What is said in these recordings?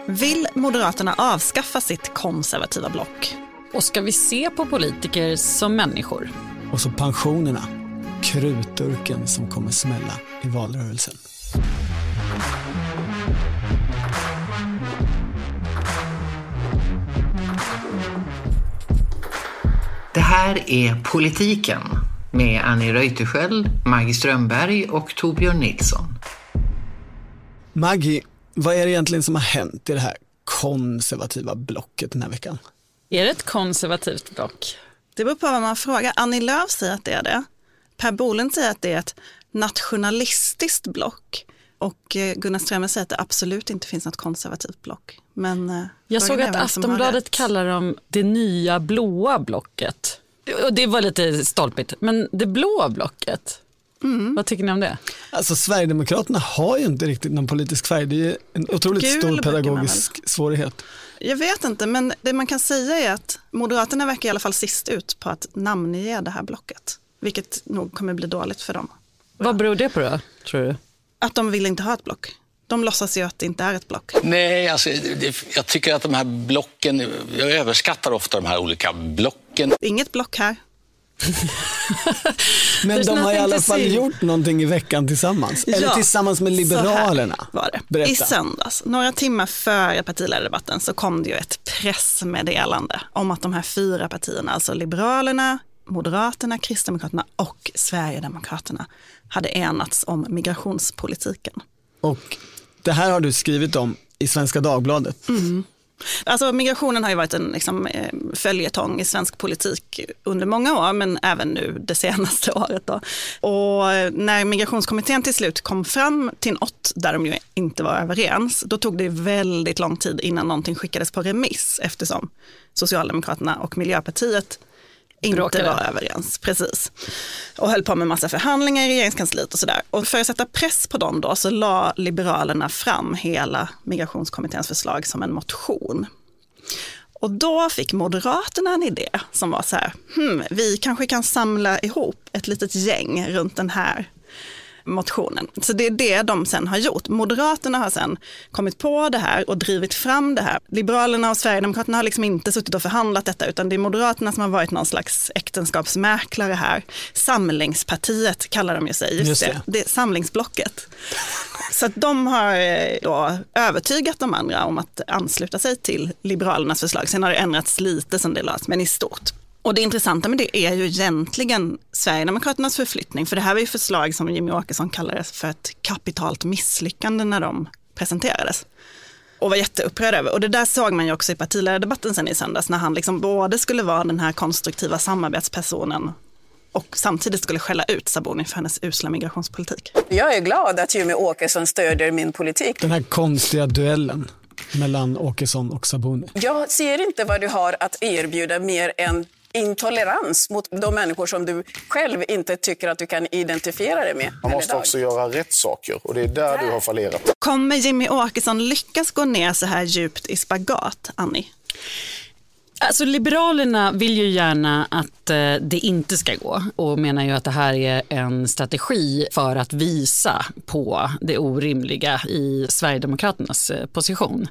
Vill Moderaterna avskaffa sitt konservativa block? Och ska vi se på politiker som människor? Och så pensionerna, kruturken som kommer smälla i valrörelsen. Det här är Politiken med Annie Reuterskiöld, Maggie Strömberg och Torbjörn Nilsson. Maggie, vad är det egentligen som har hänt i det här konservativa blocket den här veckan? Är det ett konservativt block? Det beror på vad man frågar. Annie Lööf säger att det är det. Per Bolund säger att det är ett nationalistiskt block. Och Gunnar Strömmer säger att det absolut inte finns något konservativt block. Men jag såg att Aftonbladet kallar dem det nya blåa blocket. Och det var lite stolpigt. Men det blåa blocket, vad tycker ni om det? Alltså Sverigedemokraterna har ju inte riktigt någon politisk färg. Det är en otroligt stor pedagogisk svårighet. Jag vet inte, men det man kan säga är att Moderaterna verkar i alla fall sist ut på att namnge det här blocket. Vilket nog kommer bli dåligt för dem. Vad beror det på då, tror du? Att de vill inte ha ett block. De låtsas ju att det inte är ett block. Nej, alltså, jag tycker att de här blocken, jag överskattar ofta de här olika blocken. Inget block här. Men de har i alla fall gjort någonting i veckan tillsammans. Eller tillsammans med Liberalerna. Var det. Berätta. I söndags, några timmar före partiledardebatten, så kom det ju ett pressmeddelande om att de här 4 partierna, alltså Liberalerna, Moderaterna, Kristdemokraterna och Sverigedemokraterna, hade enats om migrationspolitiken. Och det här har du skrivit om i Svenska Dagbladet. Alltså migrationen har ju varit en följetong i svensk politik under många år, men även nu det senaste året då. Och när migrationskommittén till slut kom fram till något där de ju inte var överens, då tog det väldigt lång tid innan någonting skickades på remiss, eftersom Socialdemokraterna och Miljöpartiet inte var överens, precis. Och höll på med massa förhandlingar i regeringskansliet och sådär. Och för att sätta press på dem då så la Liberalerna fram hela migrationskommitténs förslag som en motion. Och då fick Moderaterna en idé som var så här, vi kanske kan samla ihop ett litet gäng runt den här motionen. Så det är det de sen har gjort. Moderaterna har sen kommit på det här och drivit fram det här. Liberalerna och Sverigedemokraterna har liksom inte suttit och förhandlat detta, utan det är Moderaterna som har varit någon slags äktenskapsmäklare här. Samlingspartiet kallar de ju sig. Just det. Det är samlingsblocket. Så att de har då övertygat de andra om att ansluta sig till Liberalernas förslag. Sen har det ändrats lite som det lades, men i stort. Och det intressanta med det är ju egentligen Sverigedemokraternas förflyttning. För det här var ju förslag som Jimmie Åkesson kallade för ett kapitalt misslyckande när de presenterades. Och var jätteupprörd över. Och det där såg man ju också i partiledardebatten sen i söndags, när han liksom både skulle vara den här konstruktiva samarbetspersonen och samtidigt skulle skälla ut Sabuni för hennes usla migrationspolitik. Jag är glad att Jimmie Åkesson stödjer min politik. Den här konstiga duellen mellan Åkesson och Sabuni. Jag ser inte vad du har att erbjuda mer än intolerans mot de människor som du själv inte tycker att du kan identifiera dig med. Man måste också göra rätt saker, och det är där du har fallerat. Kommer Jimmie Åkesson lyckas gå ner så här djupt i spagat, Annie? Alltså Liberalerna vill ju gärna att det inte ska gå och menar ju att det här är en strategi för att visa på det orimliga i Sverigedemokraternas position.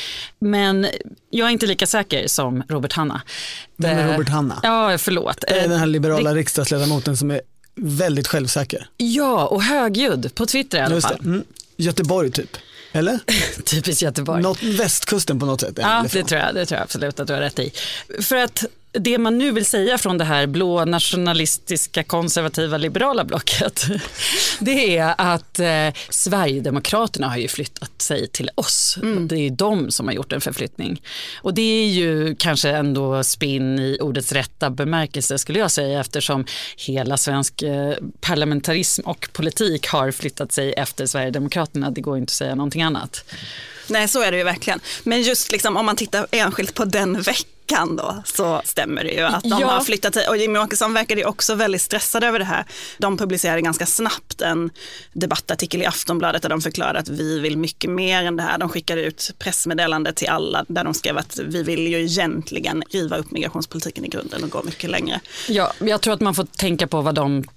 Men jag är inte lika säker som Robert Hanna. Vem är Robert Hanna? Ja, förlåt. Den här liberala riksdagsledamoten som är väldigt självsäker. Ja, och högljudd på Twitter i alla fall. Göteborg typ. Eller? Typiskt Göteborg. Västkusten på något sätt. Ja, det tror jag absolut att du har rätt i. För att det man nu vill säga från det här blå nationalistiska konservativa liberala blocket, det är att Sverigedemokraterna har ju flyttat sig till oss. Det är de som har gjort en förflyttning. Och det är ju kanske ändå spinn i ordets rätta bemärkelse, skulle jag säga, eftersom hela svensk parlamentarism och politik har flyttat sig efter Sverigedemokraterna. Det går inte att säga någonting annat. Nej, så är det ju verkligen. Men just liksom, om man tittar enskilt på den veckan då, så stämmer det ju att de har flyttat sig. Och Jimmie Åkesson verkade ju också väldigt stressad över det här. De publicerade ganska snabbt en debattartikel i Aftonbladet där de förklarade att vi vill mycket mer än det här. De skickade ut pressmeddelande till alla där de skrev att vi vill ju egentligen riva upp migrationspolitiken i grunden och gå mycket längre. Ja, jag tror att man får tänka på vad de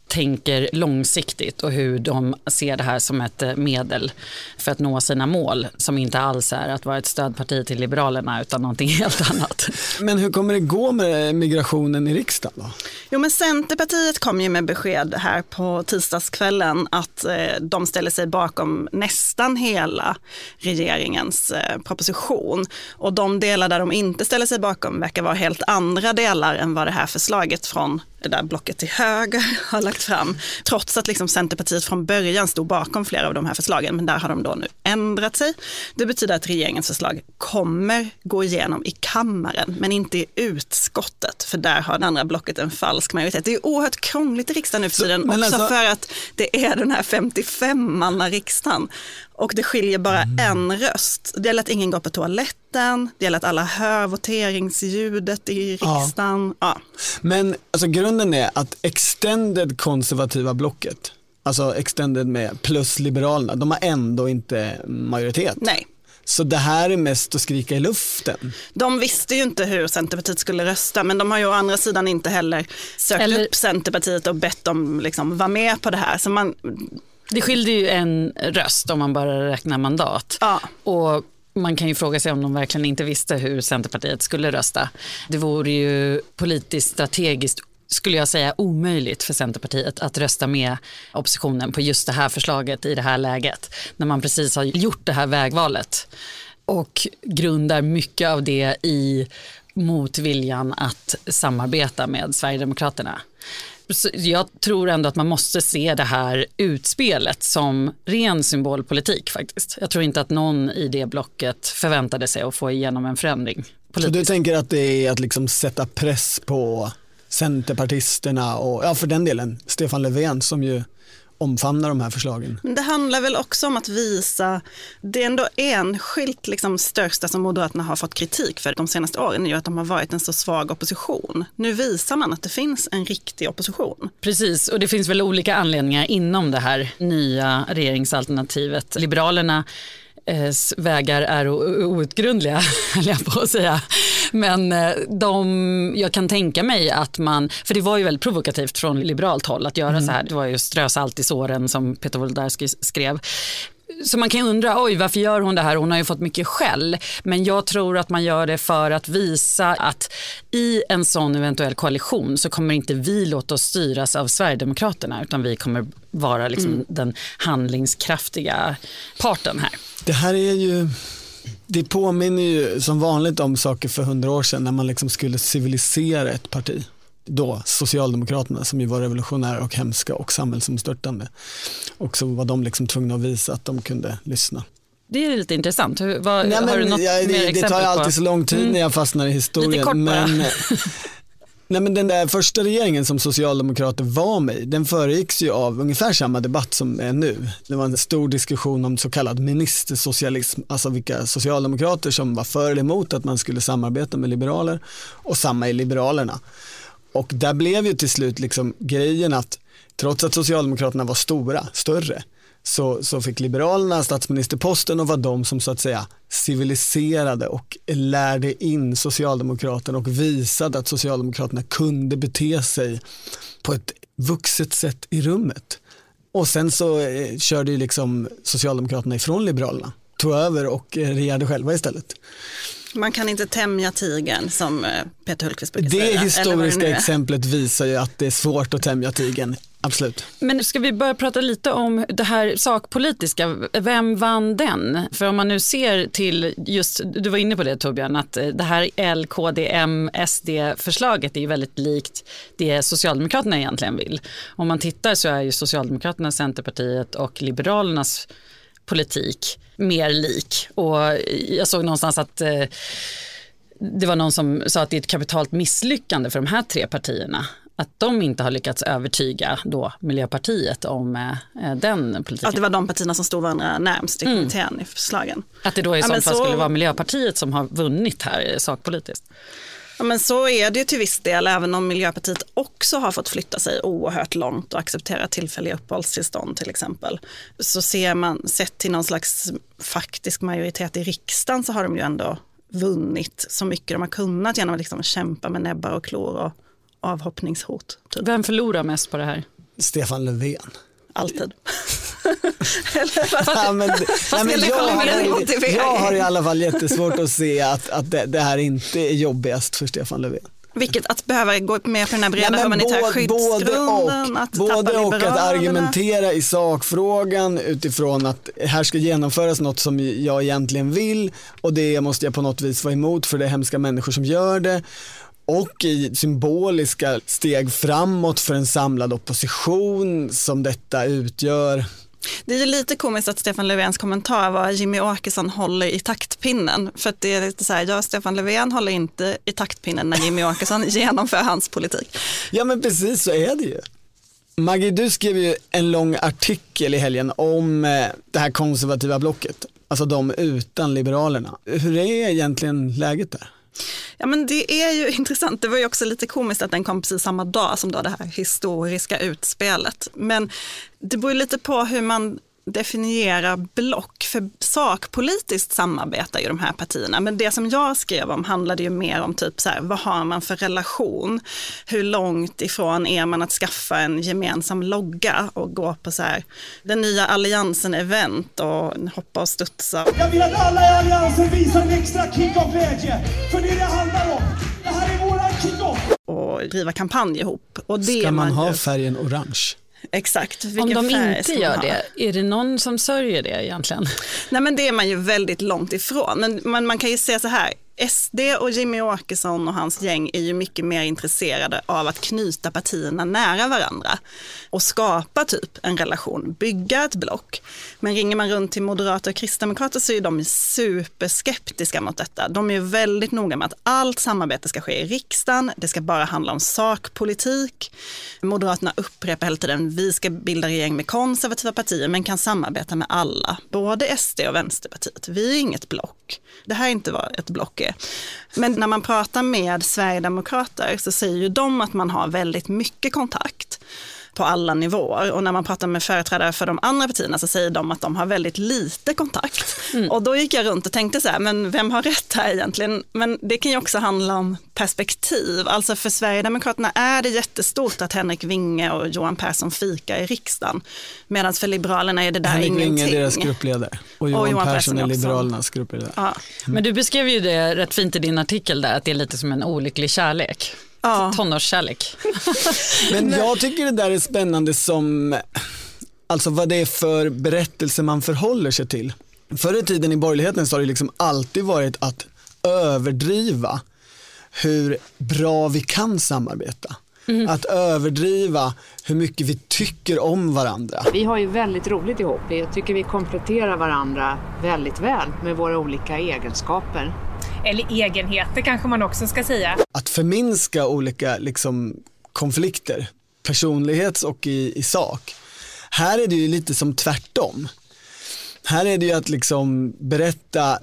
tänker långsiktigt och hur de ser det här som ett medel för att nå sina mål, som inte alls är att vara ett stödparti till Liberalerna utan någonting helt annat. Men hur kommer det gå med migrationen i riksdagen då? Jo, men Centerpartiet kom ju med besked här på tisdagskvällen att de ställer sig bakom nästan hela regeringens proposition. Och de delar där de inte ställer sig bakom verkar vara helt andra delar än vad det här förslaget från det där blocket till höger har lagt fram. Trots att liksom Centerpartiet från början stod bakom flera av de här förslagen, men där har de då nu ändrat sig. Det betyder att regeringens förslag kommer gå igenom i kammaren, men inte i utskottet, för där har det andra blocket en falsk majoritet. Det är oerhört krångligt i riksdagen nu för tiden, också alltså, för att det är den här 55-manna riksdagen. Och det skiljer bara en röst. Det gäller att ingen går på toaletten. Det gäller att alla hör voteringsljudet i riksdagen. Ja. Men alltså, grunden är att extended konservativa blocket, alltså extended med plus Liberalerna, de har ändå inte majoritet. Nej. Så det här är mest att skrika i luften. De visste ju inte hur Centerpartiet skulle rösta, men de har ju å andra sidan inte heller sökt upp Centerpartiet och bett dem liksom vara med på det här. Så det skilde ju en röst om man bara räknar mandat. Ja. Och man kan ju fråga sig om de verkligen inte visste hur Centerpartiet skulle rösta. Det vore ju politiskt strategiskt, skulle jag säga, omöjligt för Centerpartiet att rösta med oppositionen på just det här förslaget i det här läget. När man precis har gjort det här vägvalet och grundar mycket av det i motviljan att samarbeta med Sverigedemokraterna. Så jag tror ändå att man måste se det här utspelet som ren symbolpolitik faktiskt. Jag tror inte att någon i det blocket förväntade sig att få igenom en förändring politiskt. Så du tänker att det är att liksom sätta press på centerpartisterna och för den delen Stefan Löfven som ju omfamnar de här förslagen? Det handlar väl också om att visa, det är ändå enskilt liksom största som Moderaterna har fått kritik för de senaste åren är ju att de har varit en så svag opposition. Nu visar man att det finns en riktig opposition. Precis, och det finns väl olika anledningar inom det här nya regeringsalternativet. Liberalerna vägar är outgrundliga, höll jag på att säga. Men jag kan tänka mig att man, för det var ju väldigt provokativt från liberalt håll att göra så här. Det var ju strö salt i såren som Peter Wolodarski skrev. Så man kan undra, varför gör hon det här? Hon har ju fått mycket skäll. Men jag tror att man gör det för att visa att i en sån eventuell koalition så kommer inte vi låta oss styras av Sverigedemokraterna, utan vi kommer vara liksom den handlingskraftiga parten här. Det här är ju, det påminner ju som vanligt om saker för 100 år sedan när man liksom skulle civilisera ett parti. Då Socialdemokraterna som ju var revolutionära och hemska och samhällsomstörtande. Och så var de liksom tvungna att visa att de kunde lyssna. Det är lite intressant. Har du något mer exempel på? Det tar alltid så lång tid när jag fastnar i historien. Lite kort bara. Men den där första regeringen som Socialdemokrater var med, den föregicks ju av ungefär samma debatt som är nu. Det var en stor diskussion om så kallad ministersocialism, alltså vilka socialdemokrater som var för eller emot att man skulle samarbeta med liberaler, och samma i Liberalerna. Och där blev ju till slut liksom grejen att trots att Socialdemokraterna var större, så fick Liberalerna statsministerposten och var de som så att säga civiliserade och lärde in Socialdemokraterna och visade att Socialdemokraterna kunde bete sig på ett vuxet sätt i rummet. Och sen så körde ju liksom Socialdemokraterna ifrån Liberalerna, tog över och regerade själva istället. Man kan inte tämja tigern som Peter Hultqvist brukar säga. Det historiska exemplet visar ju att det är svårt att tämja tigern. Absolut. Men ska vi börja prata lite om det här sakpolitiska? Vem vann den? För om man nu ser till just, du var inne på det Torbjörn, att det här LKDM-SD-förslaget är ju väldigt likt det Socialdemokraterna egentligen vill. Om man tittar så är ju Socialdemokraterna, Centerpartiet och Liberalernas politik mer lik. Och jag såg någonstans att det var någon som sa att det är ett kapitalt misslyckande för de här tre partierna. Att de inte har lyckats övertyga då Miljöpartiet om den politiken. Att det var de partierna som stod varandra närmst i kommittén i förslagen. Att det då i så fall skulle vara Miljöpartiet som har vunnit här sakpolitiskt. Ja, men så är det ju till viss del, även om Miljöpartiet också har fått flytta sig oerhört långt och acceptera tillfälliga uppehållstillstånd till exempel. Så ser man, sett till någon slags faktisk majoritet i riksdagen, så har de ju ändå vunnit så mycket de har kunnat genom att liksom kämpa med näbbar och klor och avhoppningshot. Typ. Vem förlorar mest på det här? Stefan Löfven. Alltid. Jag har i alla fall jättesvårt att se att det här inte är jobbigast för Stefan Löfven. Vilket att behöva gå med på den här breda humanitära skyddsgrunden. Både och att argumentera i sakfrågan utifrån att här ska genomföras något som jag egentligen vill och det måste jag på något vis vara emot för det är hemska människor som gör det. Och i symboliska steg framåt för en samlad opposition som detta utgör. Det är ju lite komiskt att Stefan Löfvens kommentar var Jimmy Åkesson håller i taktpinnen. För att det är lite så här, Stefan Löfven håller inte i taktpinnen när Jimmy Åkesson genomför hans politik. Ja men precis så är det ju. Maggie, du skrev ju en lång artikel i helgen om det här konservativa blocket. Alltså de utan Liberalerna. Hur är egentligen läget där? Ja men det är ju intressant, det var ju också lite komiskt att den kom precis samma dag som då det här historiska utspelet. Men det beror lite på hur man definierar block, för sakpolitiskt samarbetar ju de här partierna. Men det som jag skrev om handlade ju mer om typ så här, vad har man för relation? Hur långt ifrån är man att skaffa en gemensam logga och gå på så här, den nya alliansen-event och hoppa och studsa. Jag vill att alla i alliansen visar en extra kick av glädje, för det handlar om. Det här är våran kick-off. Och driva kampanj ihop. Och det ska man ha färgen orange? Exakt. Om de inte gör det, är det någon som sörjer det egentligen? Nej men det är man ju väldigt långt ifrån. Men man kan ju säga så här, SD och Jimmy Åkesson och hans gäng är ju mycket mer intresserade av att knyta partierna nära varandra och skapa typ en relation, bygga ett block. Men ringer man runt till moderater och kristdemokrater så är de superskeptiska mot detta. De är ju väldigt noga med att allt samarbete ska ske i riksdagen, det ska bara handla om sakpolitik. Moderaterna upprepar hela tiden, vi ska bilda regering med konservativa partier men kan samarbeta med alla, både SD och Vänsterpartiet. Vi är inget block. Det här är inte vad ett block är. Men när man pratar med Sverigedemokrater så säger ju de att man har väldigt mycket kontakt på alla nivåer. Och när man pratar med företrädare för de andra partierna så säger de att de har väldigt lite kontakt. Och då gick jag runt och tänkte så här, men vem har rätt här egentligen? Men det kan ju också handla om perspektiv. Alltså för Sverigedemokraterna är det jättestort att Henrik Winge och Johan Persson fikar i riksdagen. Medan för Liberalerna är det där Henrik ingenting. Winge är deras gruppledare och Johan Persson är Liberalernas gruppledare. Ja. Men du beskrev ju det rätt fint i din artikel där, att det är lite som en olycklig kärlek. Ja. Tonårskärlek. Men jag tycker det där är spännande som, alltså vad det är för berättelse man förhåller sig till. Förr i tiden i borgerligheten så har det liksom alltid varit att överdriva hur bra vi kan samarbeta. Att överdriva hur mycket vi tycker om varandra. Vi har ju väldigt roligt ihop. Jag tycker vi kompletterar varandra väldigt väl med våra olika egenskaper. Eller egenheter kanske man också ska säga. Att förminska olika liksom, konflikter, personlighets och i sak. Här är det ju lite som tvärtom. Här är det ju att liksom berätta,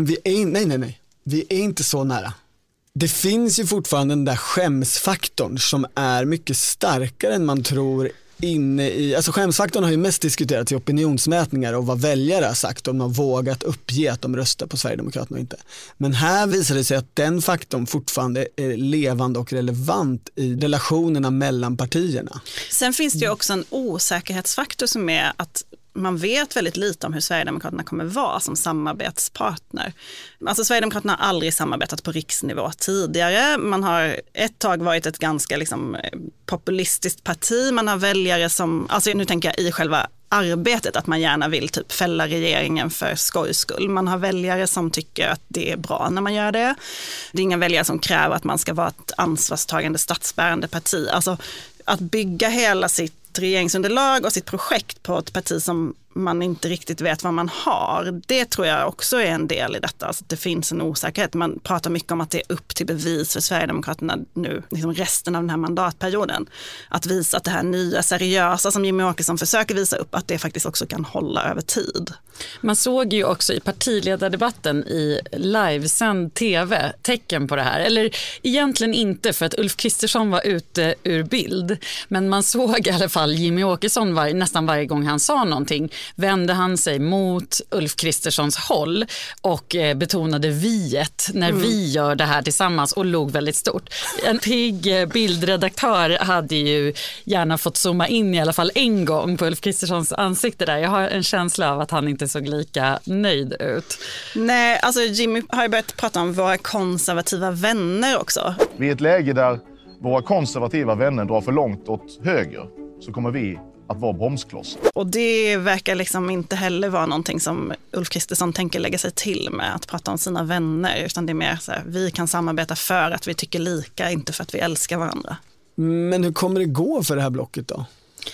vi är inte så nära. Det finns ju fortfarande den där skämsfaktorn som är mycket starkare än man tror inne i, alltså skämsfaktorn har ju mest diskuterats i opinionsmätningar och vad väljare har sagt om de har vågat uppge att de röstar på Sverigedemokraterna och inte. Men här visar det sig att den faktorn fortfarande är levande och relevant i relationerna mellan partierna. Sen finns det ju också en osäkerhetsfaktor som är att man vet väldigt lite om hur Sverigedemokraterna kommer vara som samarbetspartner. Alltså Sverigedemokraterna har aldrig samarbetat på riksnivå tidigare. Man har ett tag varit ett ganska liksom, populistiskt parti. Man har väljare som, alltså nu tänker jag i själva arbetet att man gärna vill typ fälla regeringen för skojs skull. Man har väljare som tycker att det är bra när man gör det. Det är inga väljare som kräver att man ska vara ett ansvarstagande statsbärande parti. Alltså att bygga hela sitt regeringsunderlag och sitt projekt på ett parti som man inte riktigt vet vad man har. Det tror jag också är en del i detta. Alltså det finns en osäkerhet. Man pratar mycket om att det är upp till bevis för Sverigedemokraterna nu, liksom resten av den här mandatperioden. Att visa att det här nya seriösa som Jimmy Åkesson försöker visa upp, att det faktiskt också kan hålla över tid. Man såg ju också i partiledardebatten i livesänd tv tecken på det här. Eller egentligen inte, för att Ulf Kristersson var ute ur bild. Men man såg i alla fall Jimmy Åkesson nästan varje gång han sa någonting vände han sig mot Ulf Kristerssons håll och betonade viet när vi gör det här tillsammans och låg väldigt stort. En pigg bildredaktör hade ju gärna fått zooma in i alla fall en gång på Ulf Kristerssons ansikte där. Jag har en känsla av att han inte såg lika nöjd ut. Nej, alltså Jimmy har ju börjat prata om våra konservativa vänner också. Vi är i ett läge där våra konservativa vänner drar för långt åt höger, så kommer vi att vara bromskloss. Och det verkar liksom inte heller vara någonting som Ulf Kristersson tänker lägga sig till med, att prata om sina vänner, utan det är mer så här, vi kan samarbeta för att vi tycker lika, inte för att vi älskar varandra. Men hur kommer det gå för det här blocket då?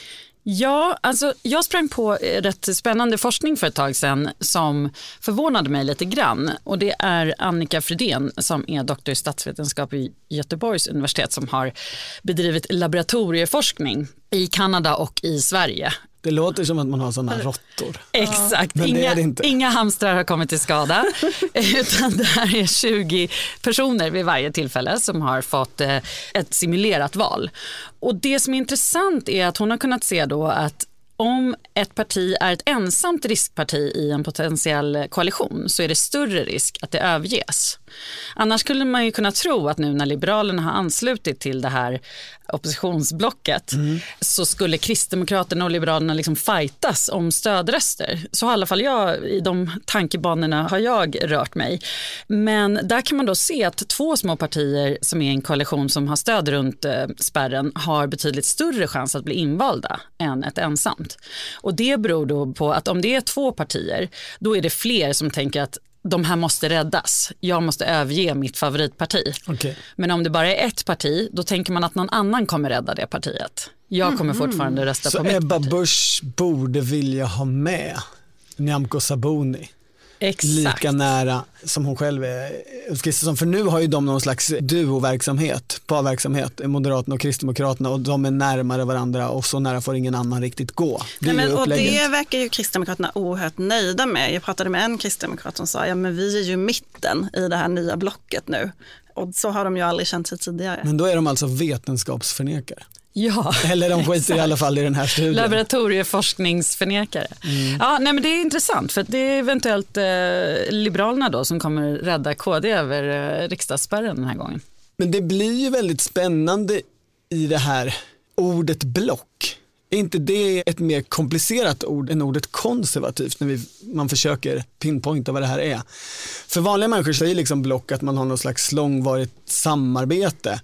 Ja, alltså jag sprang på rätt spännande forskning för ett tag sedan som förvånade mig lite grann. Och det är Annika Fridén som är doktor i statsvetenskap vid Göteborgs universitet som har bedrivit laboratorieforskning i Kanada och i Sverige. Det låter som att man har sådana råttor. Exakt, men inga hamstrar har kommit till skada utan det här är 20 personer vid varje tillfälle som har fått ett simulerat val. Och det som är intressant är att hon har kunnat se då att om ett parti är ett ensamt riskparti i en potentiell koalition så är det större risk att det överges. Annars skulle man ju kunna tro att nu när Liberalerna har anslutit till det här oppositionsblocket så skulle Kristdemokraterna och Liberalerna liksom fightas om stödröster. Så i alla fall i de tankebanorna har jag rört mig. Men där kan man då se att 2 små partier som är en koalition som har stöd runt spärren har betydligt större chans att bli invalda än ett ensamt. Och det beror då på att om det är 2 partier då är det fler som tänker att de här måste räddas. Jag måste överge mitt favoritparti. Okay. Men om det bara är ett parti, då tänker man att någon annan kommer rädda det partiet. Jag kommer fortfarande rösta på mitt parti. Så Ebba Busch borde vilja ha med Nyamko Sabuni. Exakt. Lika nära som hon själv är Ulf Kristersson. För nu har ju de någon slags duoverksamhet, parverksamhet, Moderaterna och Kristdemokraterna, och de är närmare varandra och så nära får ingen annan riktigt gå. Och det verkar ju Kristdemokraterna oerhört nöjda med. Jag pratade med en kristdemokrat som sa, ja men vi är ju mitten i det här nya blocket nu. Och så har de ju aldrig känt sig tidigare. Men då är de alltså vetenskapsförnekare. Ja, eller de skiter i alla fall i den här studien. Laboratorieforskningsförnekare. Ja, nej, men det är intressant för att det är eventuellt Liberalerna då som kommer rädda KD över riksdagsspärren den här gången. Men det blir ju väldigt spännande i det här ordet block. Är inte det ett mer komplicerat ord än ordet konservativt när man försöker pinpointa vad det här är? För vanliga människor säger liksom block att man har någon slags långvarigt samarbete.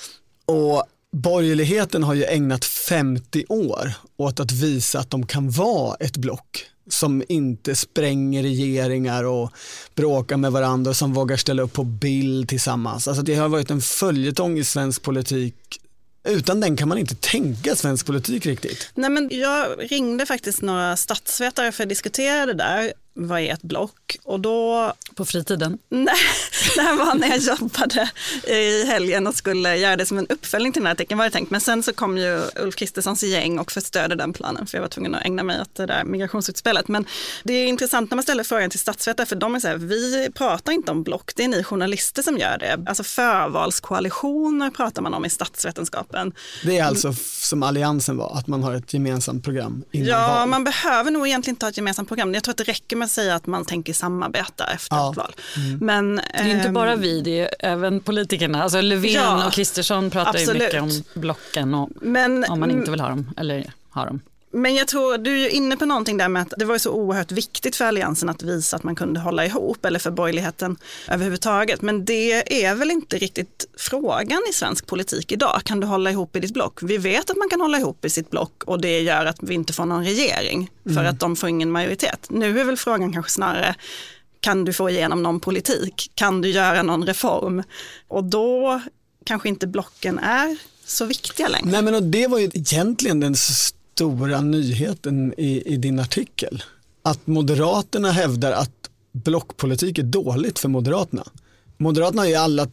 Och borgerligheten har ju ägnat 50 år åt att visa att de kan vara ett block som inte spränger regeringar och bråkar med varandra och som vågar ställa upp på bild tillsammans. Alltså det har varit en följetong i svensk politik. Utan den kan man inte tänka svensk politik riktigt. Nej, men jag ringde faktiskt några statsvetare för att diskutera det där. Vad är ett block? Och då... På fritiden? Nej, det här var när jag jobbade i helgen och skulle göra det som en uppföljning till den här artikeln var det tänkt. Men sen så kom ju Ulf Kristerssons gäng och förstörde den planen för jag var tvungen att ägna mig åt det där migrationsutspelet. Men det är intressant när man ställer frågan till statsvetare för de är så här, vi pratar inte om block, det är ni journalister som gör det. Alltså förvalskoalitioner pratar man om i statsvetenskapen. Det är alltså som Alliansen var, att man har ett gemensamt program innan val. Man behöver nog egentligen inte ha ett gemensamt program. Jag tror att det räcker med att säga att man tänker samarbeta efter ett val. Men, det är inte bara vi, det är även politikerna. Alltså Löfven och Kristersson pratar ju mycket om blocken och om man inte vill ha dem eller ha dem. Men jag tror, du är ju inne på någonting där med att det var så oerhört viktigt för Alliansen att visa att man kunde hålla ihop eller för borgerligheten överhuvudtaget. Men det är väl inte riktigt frågan i svensk politik idag. Kan du hålla ihop i ditt block? Vi vet att man kan hålla ihop i sitt block och det gör att vi inte får någon regering för att de får ingen majoritet. Nu är väl frågan kanske snarare, kan du få igenom någon politik? Kan du göra någon reform? Och då kanske inte blocken är så viktiga längre. Nej, men och det var ju egentligen den stora nyheten i din artikel. Att Moderaterna hävdar att blockpolitik är dåligt för Moderaterna. Moderaterna har i alla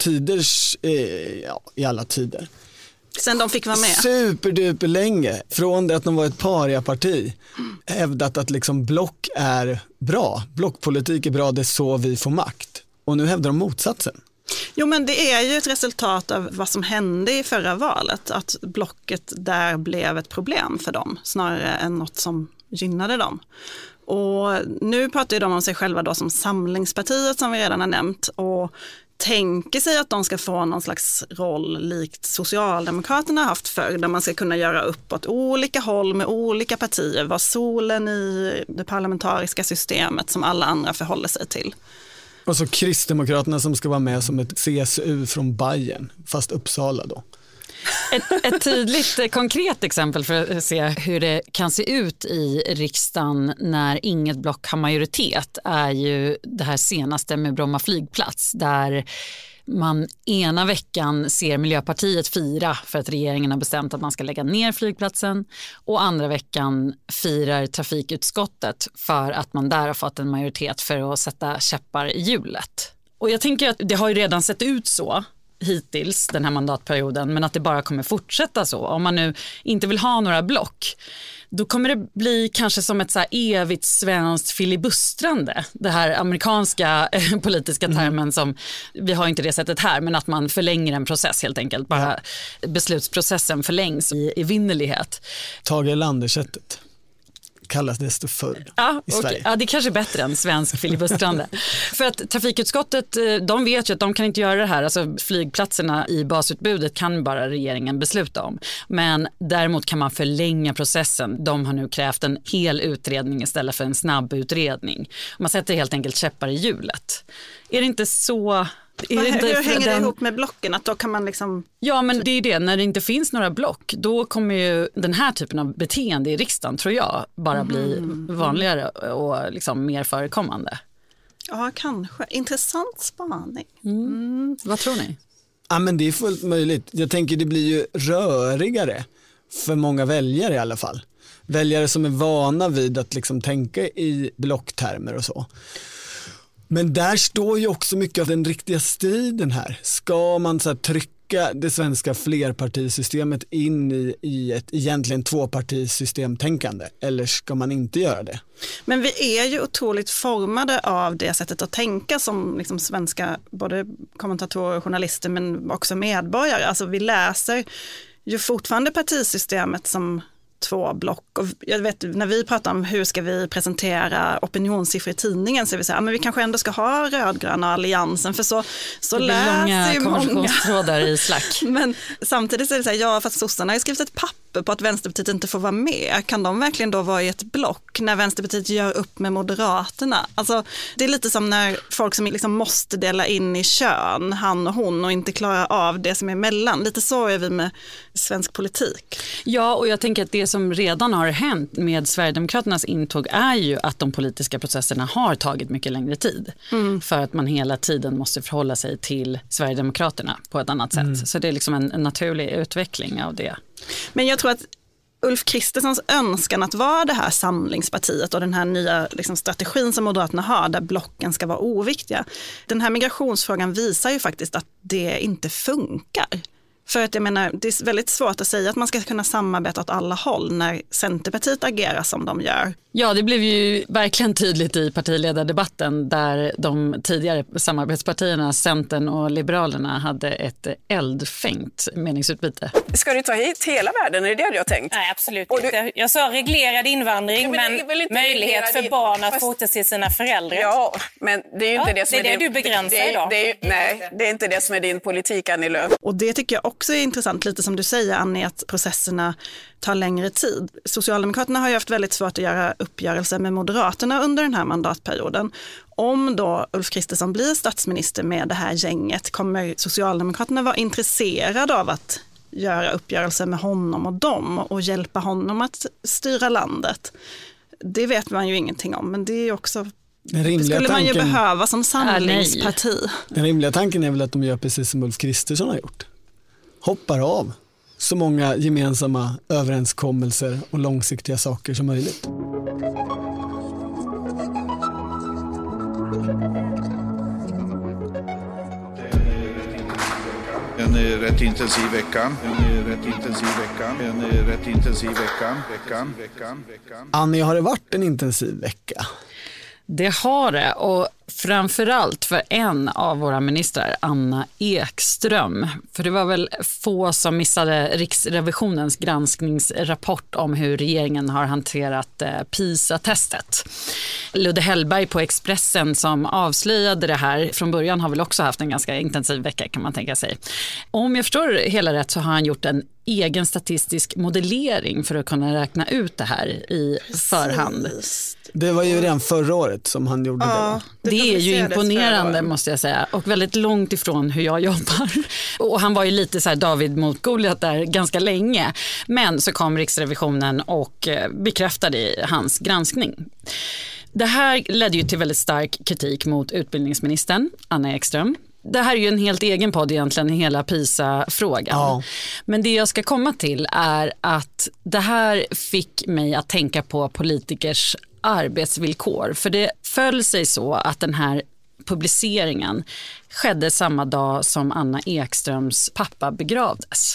tider. Sen de fick vara med. Superduper länge, från det att de var ett pariaparti, hävdat att liksom block är bra. Blockpolitik är bra, det är så vi får makt. Och nu hävdar de motsatsen. Jo, men det är ju ett resultat av vad som hände i förra valet. Att blocket där blev ett problem för dem snarare än något som gynnade dem. Och nu pratar ju de om sig själva då som Samlingspartiet som vi redan har nämnt och tänker sig att de ska få någon slags roll likt Socialdemokraterna haft förr, där man ska kunna göra upp åt olika håll med olika partier, vara solen i det parlamentariska systemet som alla andra förhåller sig till. Och så Kristdemokraterna som ska vara med som ett CSU från Bayern, fast Uppsala då. Ett tydligt konkret exempel för att se hur det kan se ut i riksdagen när inget block har majoritet är ju det här senaste med Bromma flygplats, där man ena veckan ser Miljöpartiet fira för att regeringen har bestämt att man ska lägga ner flygplatsen och andra veckan firar trafikutskottet för att man där har fått en majoritet för att sätta käppar i hjulet. Och jag tänker att det har ju redan sett ut så hittills den här mandatperioden, men att det bara kommer fortsätta så. Om man nu inte vill ha några block, då kommer det bli kanske som ett så här evigt svenskt filibustrande. Det här amerikanska politiska termen som, vi har inte det sättet här, men att man förlänger en process helt enkelt. Bara beslutsprocessen förlängs i evinnerlighet. Tage Erlander-sättet kallas desto förr i Sverige. Okay. Ja, det är kanske bättre än svensk filibustrande. För att trafikutskottet, de vet ju att de kan inte göra det här. Alltså flygplatserna i basutbudet kan bara regeringen besluta om. Men däremot kan man förlänga processen. De har nu krävt en hel utredning istället för en snabb utredning. Man sätter helt enkelt käppar i hjulet. Är det inte så... Hur hänger det ihop med blocken? Att då kan man liksom... Ja, men det är det. När det inte finns några block, då kommer ju den här typen av beteende i riksdagen, tror jag, bara bli vanligare och liksom mer förekommande. Ja, kanske. Intressant spaning. Vad tror ni? Ja, men det är fullt möjligt. Jag tänker det blir ju rörigare för många väljare i alla fall. Väljare som är vana vid att liksom tänka i blocktermer och så. Men där står ju också mycket av den riktiga striden här. Ska man så här trycka det svenska flerpartisystemet in i ett egentligen tvåpartisystemtänkande, eller ska man inte göra det? Men vi är ju otroligt formade av det sättet att tänka som liksom svenska både kommentatorer och journalister, men också medborgare. Alltså vi läser ju fortfarande partisystemet som två block. Och jag vet, när vi pratar om hur ska vi presentera opinionssiffror i tidningen, så är vi så här, men vi kanske ändå ska ha rödgröna alliansen, för så läser ju många i Slack. Men samtidigt är det så här, ja, fast sossarna har ju skrivit ett papper på att Vänsterpartiet inte får vara med. Kan de verkligen då vara i ett block när Vänsterpartiet gör upp med Moderaterna? Alltså, det är lite som när folk som liksom måste dela in i kön, han och hon, och inte klarar av det som är emellan. Lite så är vi med svensk politik. Ja, och jag tänker att det som redan har hänt med Sverigedemokraternas intåg är ju att de politiska processerna har tagit mycket längre tid. För att man hela tiden måste förhålla sig till Sverigedemokraterna på ett annat sätt. Så det är liksom en naturlig utveckling av det. Men jag tror att Ulf Kristerssons önskan att vara det här samlingspartiet och den här nya liksom, strategin som Moderaterna har, där blocken ska vara oviktiga. Den här migrationsfrågan visar ju faktiskt att det inte funkar. För att jag menar, det är väldigt svårt att säga att man ska kunna samarbeta åt alla håll när Centerpartiet agerar som de gör. Ja, det blev ju verkligen tydligt i partiledardebatten där de tidigare samarbetspartierna, Centern och Liberalerna, hade ett eldfängt meningsutbyte. Ska du ta hit hela världen? Är det det du har tänkt? Nej, absolut inte. Jag sa reglerad invandring, men möjlighet för barn att få återse sina föräldrar. Ja, men det är ju inte det som är det du begränsar idag. Nej, det är inte det som är din politik, Annie Lööf. Och det tycker jag också är intressant, lite som du säger, Annie, att processerna tar längre tid. Socialdemokraterna har ju haft väldigt svårt att göra uppgörelser med Moderaterna under den här mandatperioden. Om då Ulf Kristersson blir statsminister med det här gänget, kommer Socialdemokraterna vara intresserade av att göra uppgörelser med honom och dem och hjälpa honom att styra landet? Det vet man ju ingenting om, men det är också... Det skulle man ju behöva som samlingsparti. Den rimliga tanken är väl att de gör precis som Ulf Kristersson har gjort. Hoppar av så många gemensamma överenskommelser och långsiktiga saker som möjligt. En rätt intensiv vecka. Annie, har det varit en intensiv vecka? Det har det, och Framförallt för en av våra ministrar, Anna Ekström. För det var väl få som missade Riksrevisionens granskningsrapport om hur regeringen har hanterat PISA-testet. Ludde Hellberg på Expressen som avslöjade det här från början har väl också haft en ganska intensiv vecka, kan man tänka sig. Om jag förstår hela rätt så har han gjort en egen statistisk modellering för att kunna räkna ut det här i förhand. Det var ju redan förra året som han gjorde det. Det är ju imponerande, måste jag säga, och väldigt långt ifrån hur jag jobbar. Och han var ju lite så här David mot Goliat där ganska länge. Men så kom Riksrevisionen och bekräftade hans granskning. Det här ledde ju till väldigt stark kritik mot utbildningsministern Anna Ekström. Det här är ju en helt egen podd egentligen, hela PISA-frågan. Ja. Men det jag ska komma till är att det här fick mig att tänka på politikers arbetsvillkor. För det föll sig så att den här publiceringen skedde samma dag som Anna Ekströms pappa begravdes.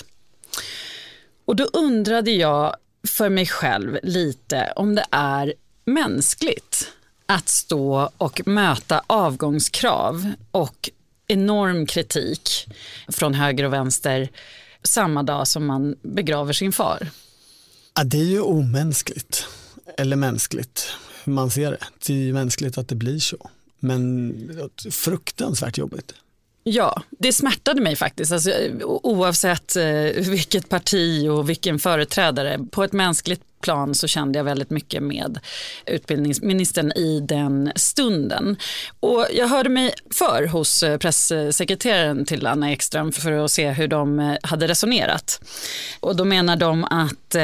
Och då undrade jag för mig själv lite om det är mänskligt att stå och möta avgångskrav och enorm kritik från höger och vänster samma dag som man begraver sin far. Ja, det är ju omänskligt. Eller mänskligt, hur man ser det. Det är ju mänskligt att det blir så. Men fruktansvärt jobbigt. Ja, det smärtade mig faktiskt. Alltså, oavsett vilket parti och vilken företrädare. På ett mänskligt plan så kände jag väldigt mycket med utbildningsministern i den stunden. Och jag hörde mig för hos presssekreteraren till Anna Ekström för att se hur de hade resonerat. Och då menar de att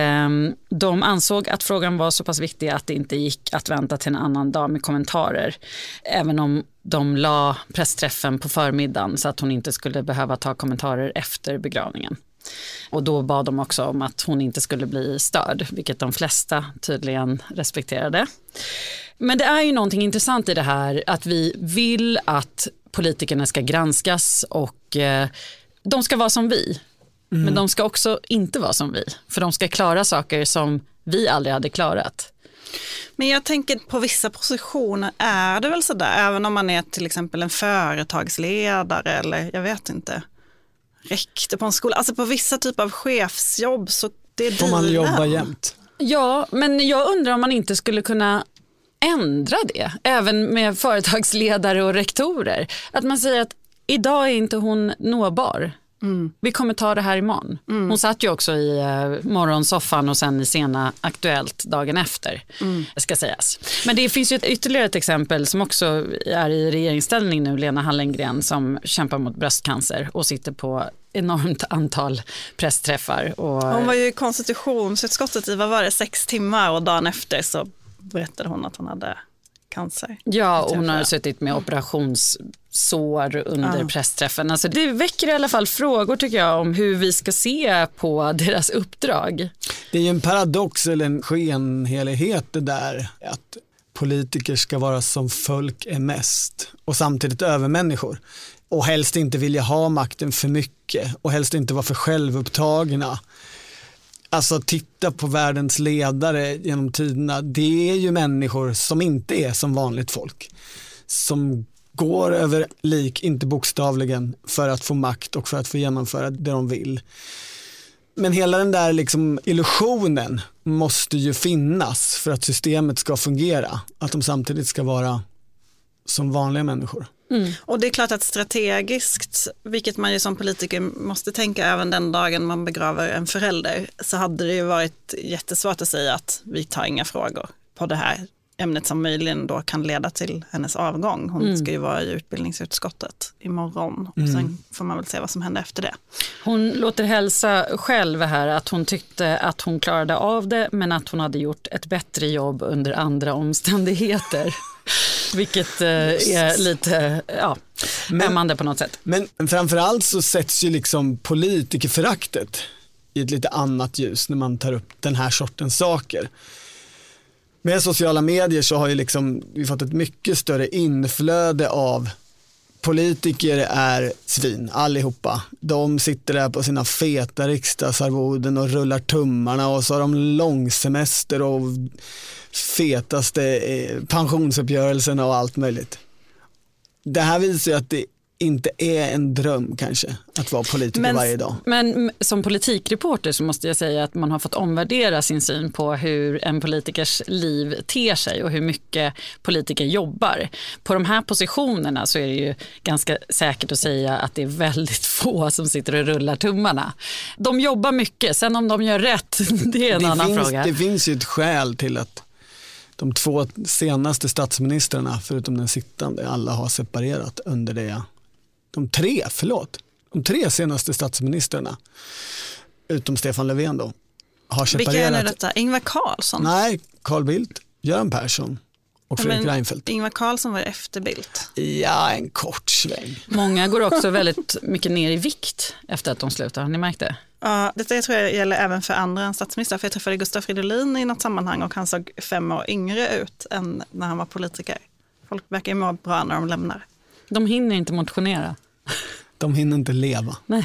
de ansåg att frågan var så pass viktig att det inte gick att vänta till en annan dag med kommentarer. Även om de la pressträffen på förmiddagen så att hon inte skulle behöva ta kommentarer efter begravningen. Och då bad de också om att hon inte skulle bli störd, vilket de flesta tydligen respekterade. Men det är ju någonting intressant i det här att vi vill att politikerna ska granskas och de ska vara som vi. Mm. Men de ska också inte vara som vi, för de ska klara saker som vi aldrig hade klarat. Men jag tänker på vissa positioner är det väl sådär, även om man är till exempel en företagsledare eller jag vet inte, rektor på en skola. Alltså på vissa typer av chefsjobb så det är får man jobba jämt. Ja, men jag undrar om man inte skulle kunna ändra det, även med företagsledare och rektorer. Att man säger att idag är inte hon nåbar. Mm. Vi kommer ta det här imorgon. Mm. Hon satt ju också i morgonsoffan och sen i sena Aktuellt dagen efter, ska sägas. Men det finns ju ytterligare ett exempel som också är i regeringsställning nu, Lena Hallengren som kämpar mot bröstcancer och sitter på enormt antal pressträffar. Och hon var ju i konstitutionsutskottet i 6 timmar och dagen efter så berättade hon att hon hade cancer. Ja, och hon har suttit med operationssår under pressträffen. Alltså det väcker i alla fall frågor tycker jag om hur vi ska se på deras uppdrag. Det är ju en paradox eller en skenhelighet det där att politiker ska vara som folk är mest och samtidigt övermänniskor. Och helst inte vilja ha makten för mycket och helst inte vara för självupptagna. Alltså titta på världens ledare genom tiderna. Det är ju människor som inte är som vanligt folk. Som går över lik, inte bokstavligen, för att få makt och för att få genomföra det de vill. Men hela den där liksom illusionen måste ju finnas för att systemet ska fungera. Att de samtidigt ska vara som vanliga människor. Mm. Och det är klart att strategiskt, vilket man ju som politiker måste tänka även den dagen man begraver en förälder, så hade det ju varit jättesvårt att säga att vi tar inga frågor på det här ämnet som möjligen då kan leda till hennes avgång. Hon ska ju vara i utbildningsutskottet imorgon och sen får man väl se vad som händer efter det. Hon låter hälsa själv här att hon tyckte att hon klarade av det men att hon hade gjort ett bättre jobb under andra omständigheter. Vilket är lite ömmande på något sätt. Men framförallt så sätts ju liksom politikerföraktet i ett lite annat ljus när man tar upp den här sortens saker. Med sociala medier så har ju liksom vi fått ett mycket större inflöde av politiker är svin, allihopa. De sitter där på sina feta riksdagsarvoden och rullar tummarna och så har de långsemester och fetaste pensionsuppgörelserna och allt möjligt. det här visar ju att det inte är en dröm kanske att vara politiker varje dag. Men som politikreporter så måste jag säga att man har fått omvärdera sin syn på hur en politikers liv ter sig och hur mycket politiker jobbar. På de här positionerna så är det ju ganska säkert att säga att det är väldigt få som sitter och rullar tummarna. De jobbar mycket, sen om de gör rätt, det är en annan fråga. Det finns ju ett skäl till att de 2 senaste statsministrarna, förutom den sittande, alla har separerat under det. De 3 senaste statsministrarna, utom Stefan Löfven då, har separerat. Vilka är detta? Ingvar Carlsson? Nej, Carl Bildt, Göran Persson och Fredrik Reinfeldt. Ingvar Carlsson var efter Bildt. Ja, en kort sväng. Många går också väldigt mycket ner i vikt efter att de slutar. Har ni märkt det? Ja, detta tror jag gäller även för andra än statsminister. För jag träffade Gustav Fridolin i något sammanhang och han såg 5 år yngre ut än när han var politiker. Folk verkar ju må bra när de lämnar. De hinner inte motionera. De hinner inte leva. Nej.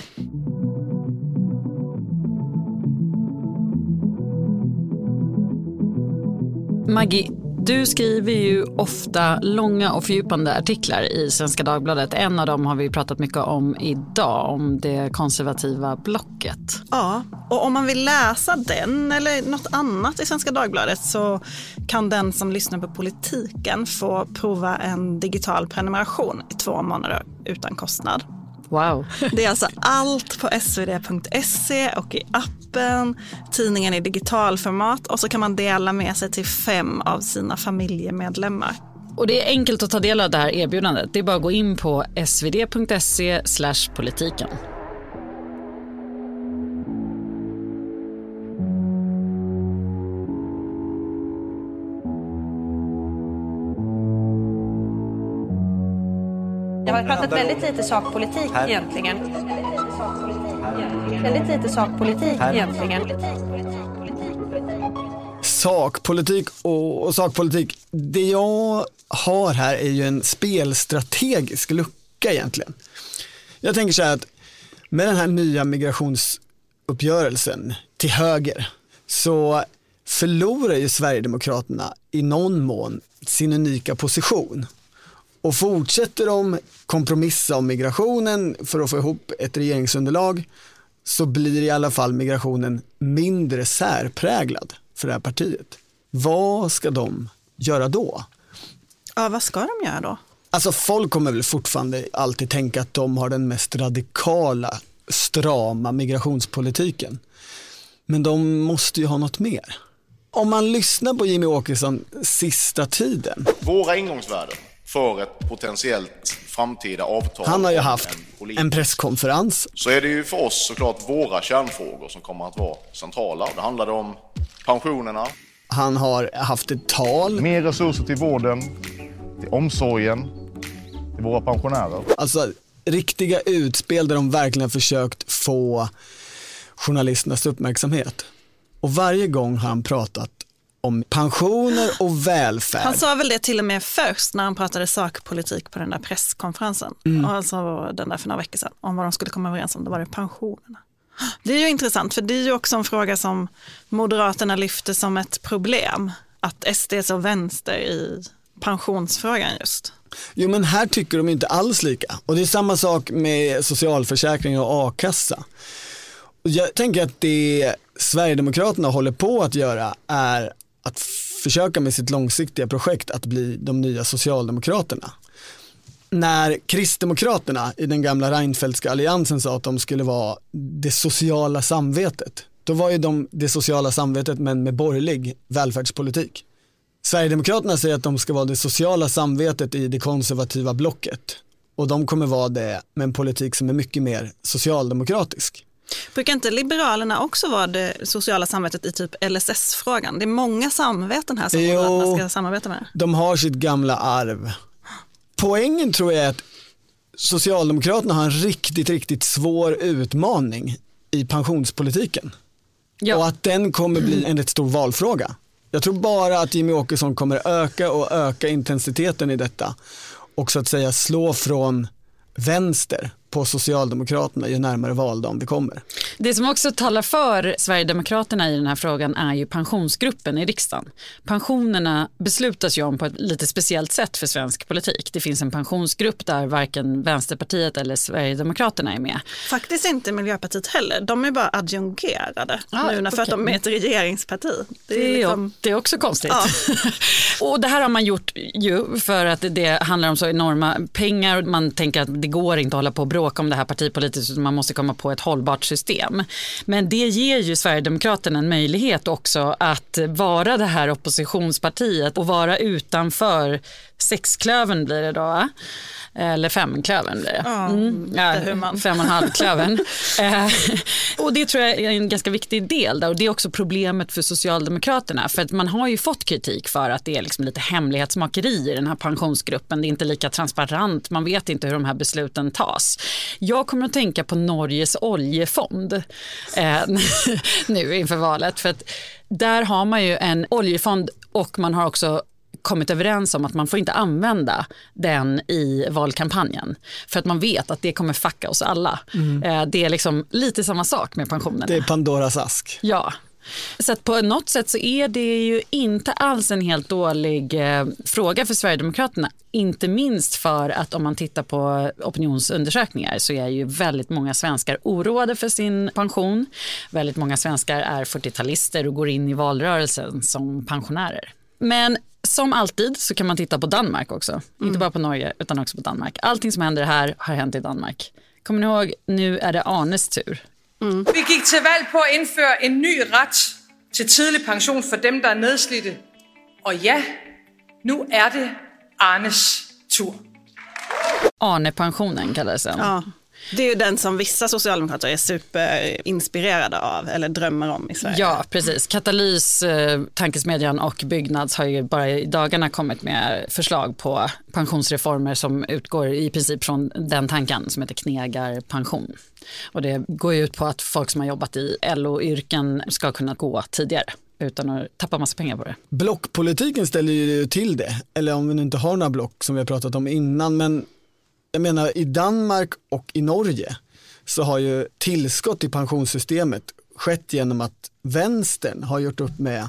Maggie, du skriver ju ofta långa och fördjupande artiklar i Svenska Dagbladet. En av dem har vi pratat mycket om idag, om det konservativa blocket. Ja, och om man vill läsa den eller något annat i Svenska Dagbladet så kan den som lyssnar på Politiken få prova en digital prenumeration i 2 månader utan kostnad. Wow. Det är alltså allt på svd.se och i appen, tidningen i digitalformat och så kan man dela med sig till 5 av sina familjemedlemmar. Och det är enkelt att ta del av det här erbjudandet. Det är bara att gå in på svd.se/politiken. Jag har pratat väldigt lite sakpolitik egentligen. Väldigt lite sakpolitik egentligen. Sakpolitik och sakpolitik. Det jag har här är ju en spelstrategisk lucka egentligen. Jag tänker så här att med den här nya migrationsuppgörelsen till höger så förlorar ju Sverigedemokraterna i någon mån sin unika position. Och fortsätter de kompromissa om migrationen för att få ihop ett regeringsunderlag så blir i alla fall migrationen mindre särpräglad för det här partiet. Vad ska de göra då? Ja, vad ska de göra då? Alltså folk kommer väl fortfarande alltid tänka att de har den mest radikala, strama migrationspolitiken. Men de måste ju ha något mer. Om man lyssnar på Jimmie Åkesson sista tiden. Våra ingångsvärden för ett potentiellt framtida avtal. Han har ju haft en presskonferens. Så är det ju för oss såklart våra kärnfrågor som kommer att vara centrala. Det handlar om pensionerna. Han har haft ett tal. Mer resurser till vården, till omsorgen, till våra pensionärer. Alltså riktiga utspel där de verkligen har försökt få journalisternas uppmärksamhet. Och varje gång har han pratat om pensioner och välfärd. Han sa väl det till och med först när han pratade sakpolitik på den där presskonferensen. Och alltså den där för några veckor sedan. Om vad de skulle komma överens om, då var det pensionerna. Det är ju intressant för det är ju också en fråga som Moderaterna lyfter som ett problem. Att SD är så vänster i pensionsfrågan just. Jo men här tycker de inte alls lika. Och det är samma sak med socialförsäkring och a-kassa. Jag tänker att det Sverigedemokraterna håller på att göra är att försöka med sitt långsiktiga projekt att bli de nya Socialdemokraterna. När Kristdemokraterna i den gamla Reinfeldtska alliansen sa att de skulle vara det sociala samvetet, då var ju de det sociala samvetet men med borgerlig välfärdspolitik. Sverigedemokraterna säger att de ska vara det sociala samvetet i det konservativa blocket och de kommer vara det med en politik som är mycket mer socialdemokratisk. Brukar inte Liberalerna också vara det sociala samvetet i typ LSS-frågan? Det är många samveten här som Moderaterna ska samarbeta med. De har sitt gamla arv. Poängen tror jag är att Socialdemokraterna har en riktigt svår utmaning i pensionspolitiken. Ja. Och att den kommer bli en rätt stor valfråga. Jag tror bara att Jimmie Åkesson kommer öka intensiteten i detta och så att säga slå från vänster på Socialdemokraterna ju närmare valdagen det kommer. Det som också talar för Sverigedemokraterna i den här frågan är ju pensionsgruppen i riksdagen. Pensionerna beslutas ju om på ett lite speciellt sätt för svensk politik. Det finns en pensionsgrupp där varken Vänsterpartiet eller Sverigedemokraterna är med. Faktiskt inte Miljöpartiet heller. De är bara adjungerade för att de är ett regeringsparti. Det är också konstigt. Ja. Och det här har man gjort ju för att det handlar om så enorma pengar. Man tänker att det går inte att hålla på och bråka om det här partipolitiskt, utan man måste komma på ett hållbart system. Men det ger ju Sverigedemokraterna en möjlighet också att vara det här oppositionspartiet och vara utanför sexklövern blir det då. Eller femklövern blir det. 5,5-klövern. Och det tror jag är en ganska viktig del där. Och det är också problemet för Socialdemokraterna. För att man har ju fått kritik för att det är liksom lite hemlighetsmakeri i den här pensionsgruppen. Det är inte lika transparent. Man vet inte hur de här besluten tas. Jag kommer att tänka på Norges oljefond nu inför valet. För att där har man ju en oljefond och man har också kommit överens om att man får inte använda den i valkampanjen för att man vet att det kommer fucka oss alla. Det är liksom lite samma sak med pensionerna. Det är Pandoras ask. Ja. Så att på något sätt så är det ju inte alls en helt dålig fråga för Sverigedemokraterna. Inte minst för att om man tittar på opinionsundersökningar så är ju väldigt många svenskar oroade för sin pension. Väldigt många svenskar är 40-talister och går in i valrörelsen som pensionärer. Men som alltid så kan man titta på Danmark också. Inte bara på Norge utan också på Danmark. Allting som händer här har hänt i Danmark. Kommer ni ihåg, nu är det Arnes tur. Vi gick till val på att införa en ny rätt till tidlig pension för dem som är nedslitna. Och ja, nu är det Arnes tur. Arne-pensionen kallas den. Ja. Det är ju den som vissa socialdemokrater är superinspirerade av eller drömmer om i Sverige. Ja, precis. Katalys, Tankesmedjan och Byggnads har ju bara i dagarna kommit med förslag på pensionsreformer som utgår i princip från den tanken som heter knegarpension. Och det går ju ut på att folk som har jobbat i LO-yrken ska kunna gå tidigare utan att tappa massa pengar på det. Blockpolitiken ställer ju till det. Eller om vi nu inte har några block som vi har pratat om innan, men jag menar, i Danmark och i Norge så har ju tillskott i pensionssystemet skett genom att vänstern har gjort upp med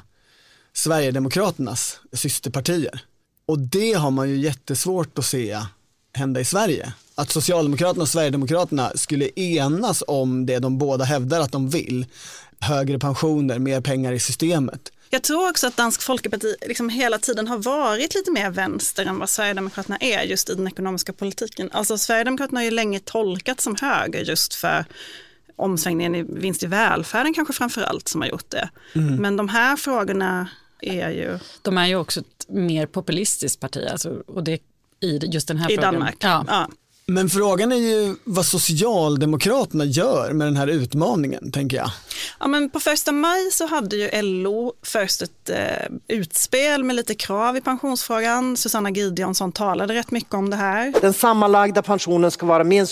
Sverigedemokraternas systerpartier. Och det har man ju jättesvårt att se hända i Sverige. Att Socialdemokraterna och Sverigedemokraterna skulle enas om det de båda hävdar att de vill. Högre pensioner, mer pengar i systemet. Jag tror också att Dansk Folkeparti liksom hela tiden har varit lite mer vänster än vad Sverigedemokraterna är just i den ekonomiska politiken. Alltså Sverigedemokraterna har ju länge tolkat som höger just för omsvängningen i vinst i välfärden kanske framförallt som har gjort det. Men de här frågorna är ju... De är ju också ett mer populistiskt parti alltså, och det i just den här frågan. I Danmark, ja. Men frågan är ju vad Socialdemokraterna gör med den här utmaningen, tänker jag. Ja, men på 1 maj så hade ju LO först ett utspel med lite krav i pensionsfrågan. Susanna Gideonsson talade rätt mycket om det här. Den sammanlagda pensionen ska vara minst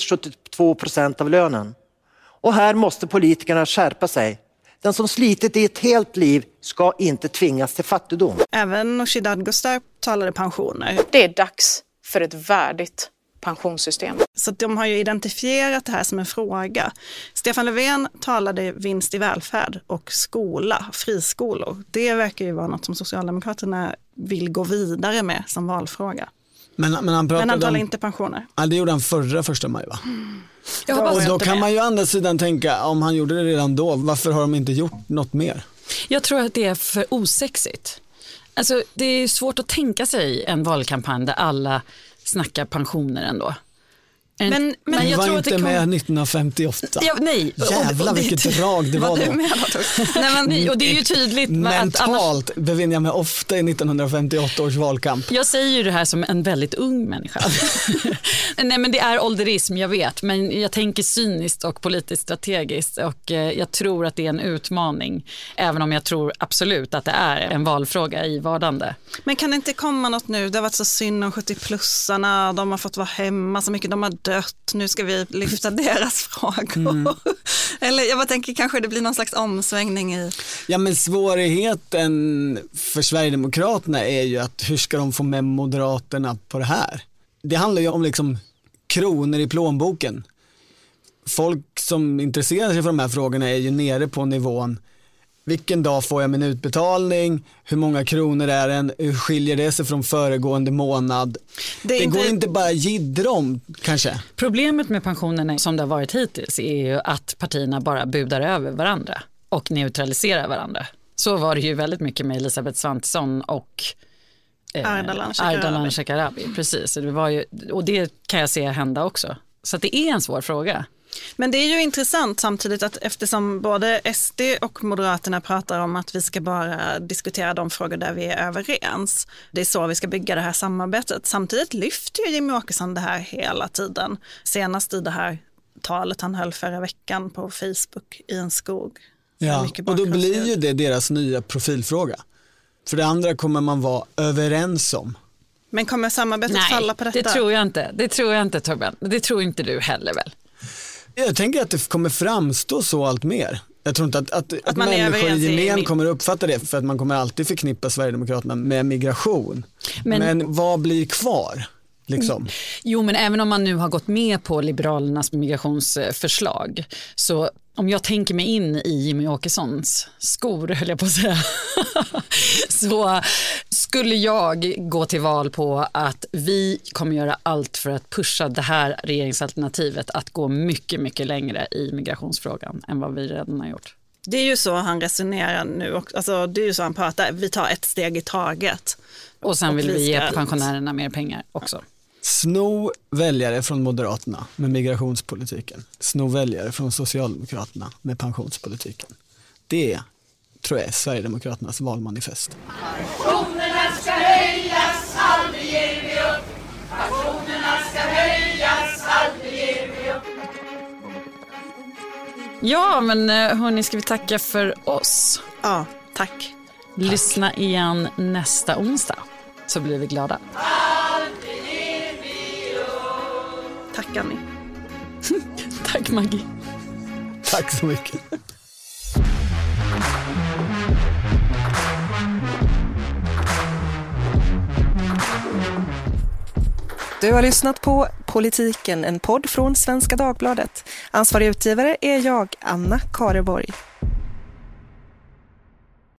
72% av lönen. Och här måste politikerna skärpa sig. Den som slitit i ett helt liv ska inte tvingas till fattigdom. Även Nooshi Dadgostar talade pensioner. Det är dags för ett värdigt pensionssystem. Så de har ju identifierat det här som en fråga. Stefan Löfven talade vinst i välfärd och skola, friskolor. Det verkar ju vara något som Socialdemokraterna vill gå vidare med som valfråga. Men han talar inte pensioner. Ja, det gjorde han förra 1 maj va? Och då kan man ju andra sidan tänka, om han gjorde det redan då, varför har de inte gjort något mer? Jag tror att det är för osexigt. Alltså, det är svårt att tänka sig en valkampanj där alla snackar pensioner ändå. Men jag var tror inte att med 1958. Ja, nej. Jävlar vilket drag det var då. Nej, och det är ju tydligt. Mentalt bevinner jag mig ofta i 1958 års valkamp. Jag säger ju det här som en väldigt ung människa. Nej, men det är ålderism, jag vet. Men jag tänker cyniskt och politiskt strategiskt. Och jag tror att det är en utmaning. Även om jag tror absolut att det är en valfråga i vardande. Men kan det inte komma något nu? Det har varit så synd om 70-plussarna. De har fått vara hemma så mycket. De har dött. Nu ska vi lyfta deras frågor. Eller jag bara tänker kanske det blir någon slags omsvängning i... Ja, men svårigheten för Sverigedemokraterna är ju att hur ska de få med Moderaterna på det här? Det handlar ju om liksom kronor i plånboken. folk som intresserar sig för de här frågorna är ju nere på nivån: vilken dag får jag min utbetalning? Hur många kronor är den? Hur skiljer det sig från föregående månad? Det går inte bara jiddra om, kanske. Problemet med pensionerna som det har varit hittills är ju att partierna bara budar över varandra och neutraliserar varandra. Så var det ju väldigt mycket med Elisabeth Svantesson och Ardalan Shekarabi. Precis, det var ju, och det kan jag se hända också. Så att det är en svår fråga. Men det är ju intressant samtidigt att eftersom både SD och Moderaterna pratar om att vi ska bara diskutera de frågor där vi är överens. Det är så vi ska bygga det här samarbetet. Samtidigt lyfter ju Jimmie Åkesson det här hela tiden. Senast i det här talet han höll förra veckan på Facebook i en skog. Ja, och då blir ju det deras nya profilfråga. För det andra kommer man vara överens om. Men kommer samarbetet falla på detta? Det tror jag inte. Det tror jag inte, Torben. Det tror inte du heller väl? Jag tänker att det kommer framstå så allt mer. Jag tror inte att människor i gemen kommer uppfatta det, för att man kommer alltid förknippa Sverigedemokraterna med migration. Men vad blir kvar? Liksom. Jo, men även om man nu har gått med på Liberalernas migrationsförslag, så om jag tänker mig in i Jimmie Åkessons skor, höll jag på att säga, så skulle jag gå till val på att vi kommer göra allt för att pusha det här regeringsalternativet att gå mycket, mycket längre i migrationsfrågan än vad vi redan har gjort. Det är ju så han resonerar nu. Alltså, det är ju så han pratar. Vi tar ett steg i taget. Och sen vill vi ge pensionärerna mer pengar också. Sno väljare från Moderaterna med migrationspolitiken. Sno väljare från Socialdemokraterna med pensionspolitiken. Det tror jag är Sverigedemokraternas valmanifest. Pensionerna ska höjas, aldrig ger vi upp. Pensionerna ska höjas, aldrig ger vi upp. Ja, men hörni, ska vi tacka för oss? Ja, tack. Lyssna igen nästa onsdag, så blir vi glada. Tack, Annie. Tack, Maggie. Tack så mycket. Du har lyssnat på Politiken, en podd från Svenska Dagbladet. Ansvarig utgivare är jag, Anna Kareborg.